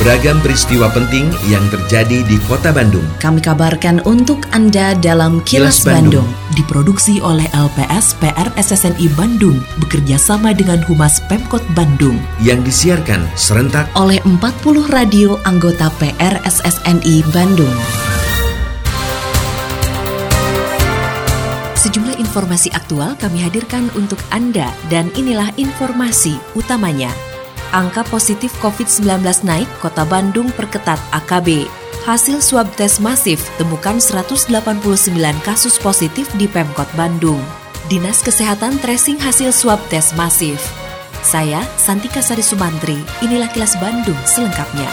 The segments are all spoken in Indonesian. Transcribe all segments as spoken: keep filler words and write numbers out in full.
Beragam peristiwa penting yang terjadi di Kota Bandung kami kabarkan untuk Anda dalam Kilas, Kilas Bandung. Bandung. Diproduksi oleh L P S P R S S N I Bandung bekerja sama dengan Humas Pemkot Bandung yang disiarkan serentak oleh empat puluh radio anggota P R S S N I Bandung. Sejumlah informasi aktual kami hadirkan untuk Anda dan inilah informasi utamanya. Angka positif covid sembilan belas naik, Kota Bandung perketat A K B. Hasil swab tes masif temukan seratus delapan puluh sembilan kasus positif di Pemkot Bandung. Dinas Kesehatan tracing hasil swab tes masif. Saya Santika Sari Sumantri, inilah Kilas Bandung selengkapnya.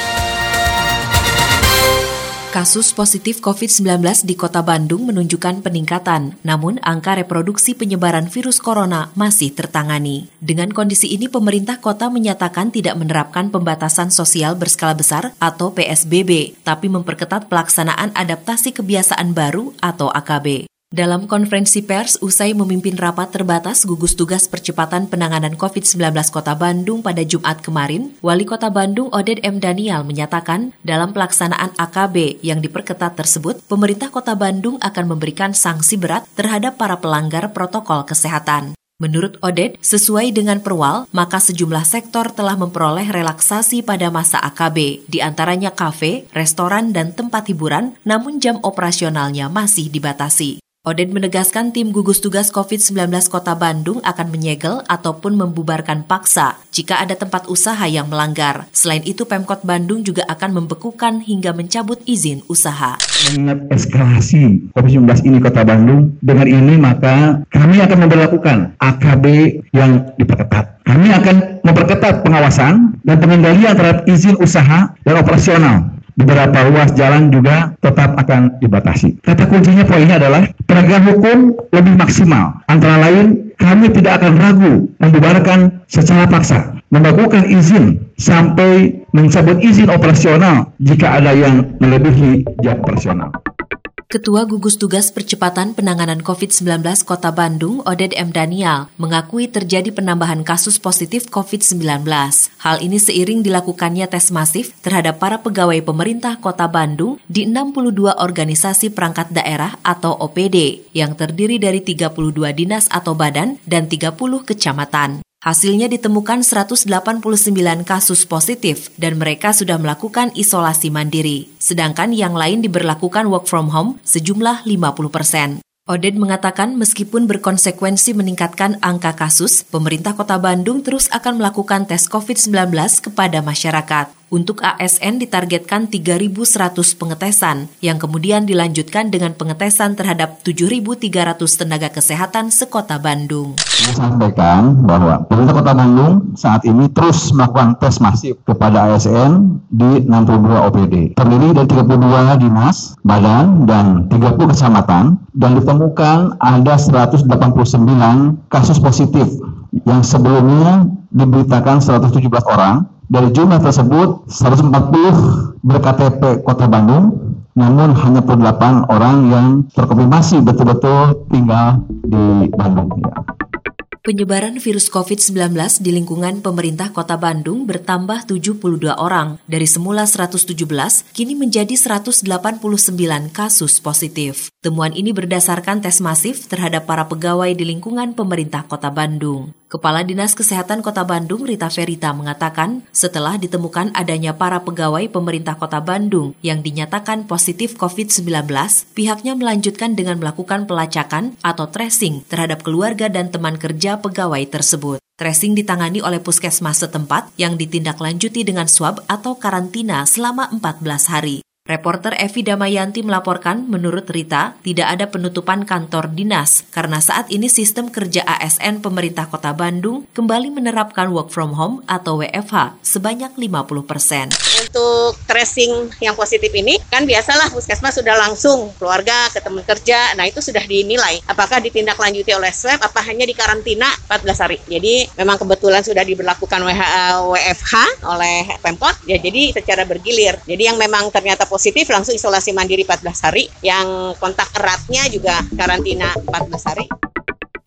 Kasus positif covid sembilan belas di Kota Bandung menunjukkan peningkatan, namun angka reproduksi penyebaran virus corona masih tertangani. Dengan kondisi ini, pemerintah kota menyatakan tidak menerapkan pembatasan sosial berskala besar atau P S B B, tapi memperketat pelaksanaan adaptasi kebiasaan baru atau A K B. Dalam konferensi pers usai memimpin rapat terbatas gugus tugas percepatan penanganan covid sembilan belas Kota Bandung pada Jumat kemarin, Wali Kota Bandung Oded M. Daniel menyatakan dalam pelaksanaan A K B yang diperketat tersebut, pemerintah Kota Bandung akan memberikan sanksi berat terhadap para pelanggar protokol kesehatan. Menurut Oded, sesuai dengan Perwal, maka sejumlah sektor telah memperoleh relaksasi pada masa A K B, di antaranya kafe, restoran, dan tempat hiburan, namun jam operasionalnya masih dibatasi. Oded menegaskan tim gugus tugas covid sembilan belas Kota Bandung akan menyegel ataupun membubarkan paksa jika ada tempat usaha yang melanggar. Selain itu, Pemkot Bandung juga akan membekukan hingga mencabut izin usaha. Mengingat eskalasi covid sembilan belas ini Kota Bandung, dengan ini maka kami akan memperlakukan A K B yang diperketat. Kami akan memperketat pengawasan dan pengendalian terhadap izin usaha dan operasional. Beberapa ruas jalan juga tetap akan dibatasi. Kata kuncinya poinnya adalah penegakan hukum lebih maksimal. Antara lain, kami tidak akan ragu membubarkan secara paksa, membekukan izin sampai mencabut izin operasional jika ada yang melebihi jam operasional. Ketua Gugus Tugas Percepatan Penanganan covid sembilan belas Kota Bandung, Oded M. Daniel, mengakui terjadi penambahan kasus positif covid sembilan belas. Hal ini seiring dilakukannya tes masif terhadap para pegawai pemerintah Kota Bandung di enam puluh dua organisasi perangkat daerah atau O P D, yang terdiri dari tiga puluh dua dinas atau badan dan tiga puluh kecamatan. Hasilnya ditemukan seratus delapan puluh sembilan kasus positif dan mereka sudah melakukan isolasi mandiri. Sedangkan yang lain diberlakukan work from home sejumlah lima puluh persen. Oded mengatakan meskipun berkonsekuensi meningkatkan angka kasus, pemerintah Kota Bandung terus akan melakukan tes covid sembilan belas kepada masyarakat. Untuk A S N ditargetkan tiga ribu seratus pengetesan, yang kemudian dilanjutkan dengan pengetesan terhadap tujuh ribu tiga ratus tenaga kesehatan sekota Bandung. Saya sampaikan bahwa pemerintah Kota Bandung saat ini terus melakukan tes masif kepada A S N di enam puluh dua O P D. Terdiri dari tiga puluh dua dinas, badan, dan tiga puluh kecamatan, dan ditemukan ada seratus delapan puluh sembilan kasus positif yang sebelumnya diberitakan seratus tujuh belas orang. Dari jumlah tersebut, seratus empat puluh ber-K T P Kota Bandung, namun hanya puluh delapan orang yang terkonfirmasi betul-betul tinggal di Bandung. Ya. Penyebaran virus covid sembilan belas di lingkungan pemerintah Kota Bandung bertambah tujuh puluh dua orang. Dari semula seratus tujuh belas, kini menjadi seratus delapan puluh sembilan kasus positif. Temuan ini berdasarkan tes masif terhadap para pegawai di lingkungan pemerintah Kota Bandung. Kepala Dinas Kesehatan Kota Bandung, Rita Ferita, mengatakan setelah ditemukan adanya para pegawai pemerintah Kota Bandung yang dinyatakan positif covid sembilan belas, pihaknya melanjutkan dengan melakukan pelacakan atau tracing terhadap keluarga dan teman kerja pegawai tersebut. Tracing ditangani oleh puskesmas setempat yang ditindaklanjuti dengan swab atau karantina selama empat belas hari. Reporter Evi Damayanti melaporkan, menurut Rita, tidak ada penutupan kantor dinas karena saat ini sistem kerja A S N pemerintah Kota Bandung kembali menerapkan work from home atau W F H sebanyak lima puluh persen. Untuk tracing yang positif ini, kan biasalah puskesmas sudah langsung keluarga ke teman kerja, nah itu sudah dinilai apakah ditindaklanjuti oleh swab, apa hanya dikarantina empat belas hari. Jadi memang kebetulan sudah diberlakukan W F H oleh Pemkot, ya jadi secara bergilir. Jadi yang memang ternyata positif langsung isolasi mandiri empat belas hari, yang kontak eratnya juga karantina empat belas hari.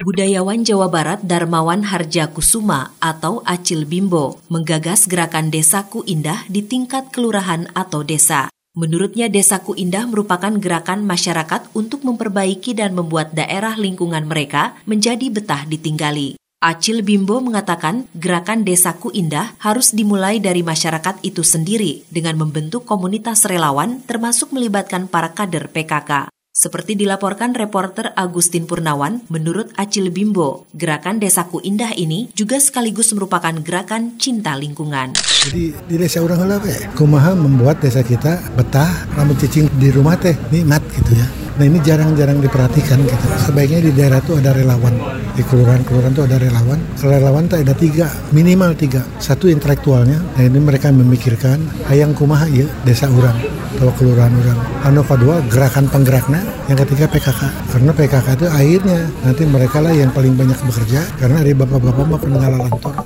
Budayawan Jawa Barat Darmawan Harjakusuma atau Acil Bimbo menggagas gerakan Desaku Indah di tingkat kelurahan atau desa. Menurutnya Desaku Indah merupakan gerakan masyarakat untuk memperbaiki dan membuat daerah lingkungan mereka menjadi betah ditinggali. Acil Bimbo mengatakan gerakan Desaku Indah harus dimulai dari masyarakat itu sendiri dengan membentuk komunitas relawan termasuk melibatkan para kader P K K. Seperti dilaporkan reporter Agustin Purnawan, menurut Acil Bimbo, gerakan Desaku Indah ini juga sekaligus merupakan gerakan cinta lingkungan. Jadi di desa orang heula we, kumaha membuat desa kita betah, lamun cicing di rumah teh nikmat gitu ya. Nah ini jarang-jarang diperhatikan gitu. Sebaiknya di daerah itu ada relawan. Di kelurahan-kelurahan itu ada relawan. Relawan itu ada tiga, minimal tiga. Satu intelektualnya, nah ini mereka memikirkan hayang kumaha ieu desa urang atau kelurahan urang. Anu kedua gerakan penggerakna, yang ketiga P K K. Karena P K K itu akhirnya nanti mereka lah yang paling banyak bekerja karena ada bapak-bapak mah peninggalan lantor.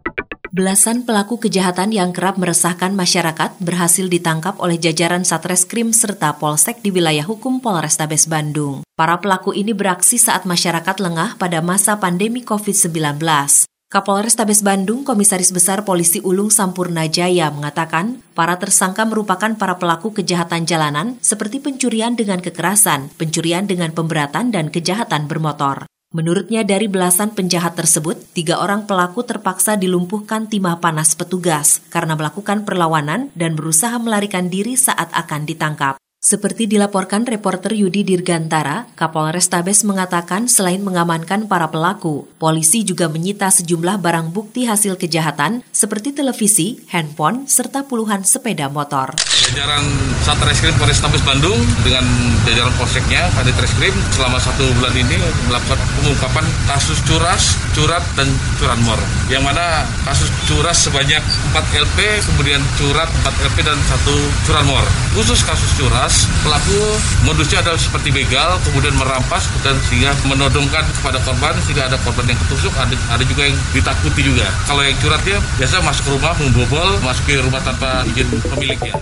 Belasan pelaku kejahatan yang kerap meresahkan masyarakat berhasil ditangkap oleh jajaran Satreskrim serta Polsek di wilayah hukum Polrestabes Bandung. Para pelaku ini beraksi saat masyarakat lengah pada masa pandemi covid sembilan belas. Kapolrestabes Bandung, Komisaris Besar Polisi Ulung Sampurna Jaya mengatakan, para tersangka merupakan para pelaku kejahatan jalanan seperti pencurian dengan kekerasan, pencurian dengan pemberatan, dan kejahatan bermotor. Menurutnya dari belasan penjahat tersebut, tiga orang pelaku terpaksa dilumpuhkan timah panas petugas karena melakukan perlawanan dan berusaha melarikan diri saat akan ditangkap. Seperti dilaporkan reporter Yudi Dirgantara, Kapolrestabes mengatakan selain mengamankan para pelaku, polisi juga menyita sejumlah barang bukti hasil kejahatan seperti televisi, handphone, serta puluhan sepeda motor. Jajaran Satreskrim Polrestabes Bandung dengan jajaran polseknya, Kadit Reskrim selama satu bulan ini melakukan pengungkapan kasus curas, curat, dan curanmor. Yang mana kasus curas sebanyak empat L P, kemudian curat empat L P dan satu curanmor. Khusus kasus curas, pelaku modusnya adalah seperti begal, kemudian merampas dan sehingga menodongkan kepada korban sehingga ada korban yang ketusuk, ada, ada juga yang ditakuti juga. Kalau yang curatnya biasa masuk ke rumah, membobol, masuk ke rumah tanpa izin pemiliknya.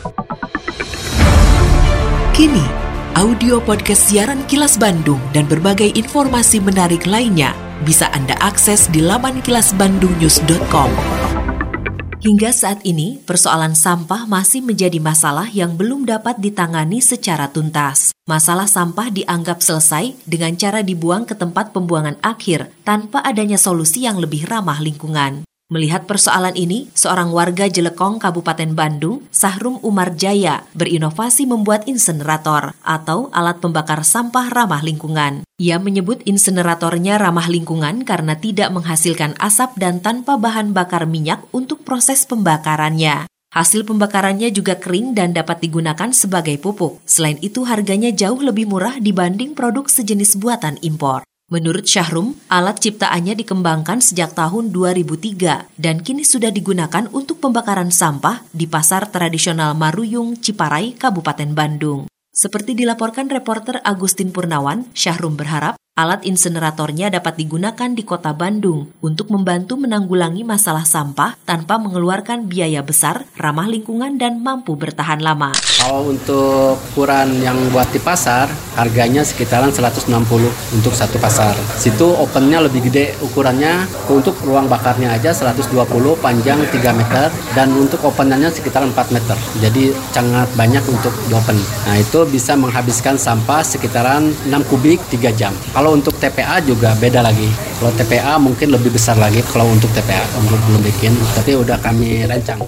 Kini, audio podcast siaran Kilas Bandung dan berbagai informasi menarik lainnya bisa Anda akses di laman kilas bandung news dot com. Hingga saat ini, persoalan sampah masih menjadi masalah yang belum dapat ditangani secara tuntas. Masalah sampah dianggap selesai dengan cara dibuang ke tempat pembuangan akhir tanpa adanya solusi yang lebih ramah lingkungan. Melihat persoalan ini, seorang warga Jelekong, Kabupaten Bandung, Sahrum Umar Jaya, berinovasi membuat insenerator atau alat pembakar sampah ramah lingkungan. Ia menyebut inseneratornya ramah lingkungan karena tidak menghasilkan asap dan tanpa bahan bakar minyak untuk proses pembakarannya. Hasil pembakarannya juga kering dan dapat digunakan sebagai pupuk. Selain itu, harganya jauh lebih murah dibanding produk sejenis buatan impor. Menurut Syahrum, alat ciptaannya dikembangkan sejak tahun dua ribu tiga dan kini sudah digunakan untuk pembakaran sampah di pasar tradisional Maruyung, Ciparai, Kabupaten Bandung. Seperti dilaporkan reporter Agustin Purnawan, Syahrum berharap alat inseneratornya dapat digunakan di kota Bandung untuk membantu menanggulangi masalah sampah tanpa mengeluarkan biaya besar, ramah lingkungan, dan mampu bertahan lama. Kalau untuk ukuran yang buat di pasar, harganya sekitaran seratus enam puluh untuk satu pasar. Situ opennya lebih gede ukurannya, untuk ruang bakarnya aja seratus dua puluh, panjang tiga meter, dan untuk openannya sekitar empat meter. Jadi sangat banyak untuk di open. Nah itu bisa menghabiskan sampah sekitaran enam kubik tiga jam. Kalau untuk T P A juga beda lagi. Kalau T P A mungkin lebih besar lagi kalau untuk T P A, untuk belum bikin, tapi udah kami rancang.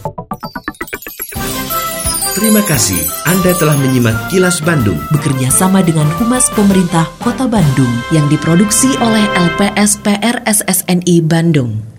Terima kasih Anda telah menyimak Kilas Bandung bekerja sama dengan Humas Pemerintah Kota Bandung yang diproduksi oleh L P S P R S S N I Bandung.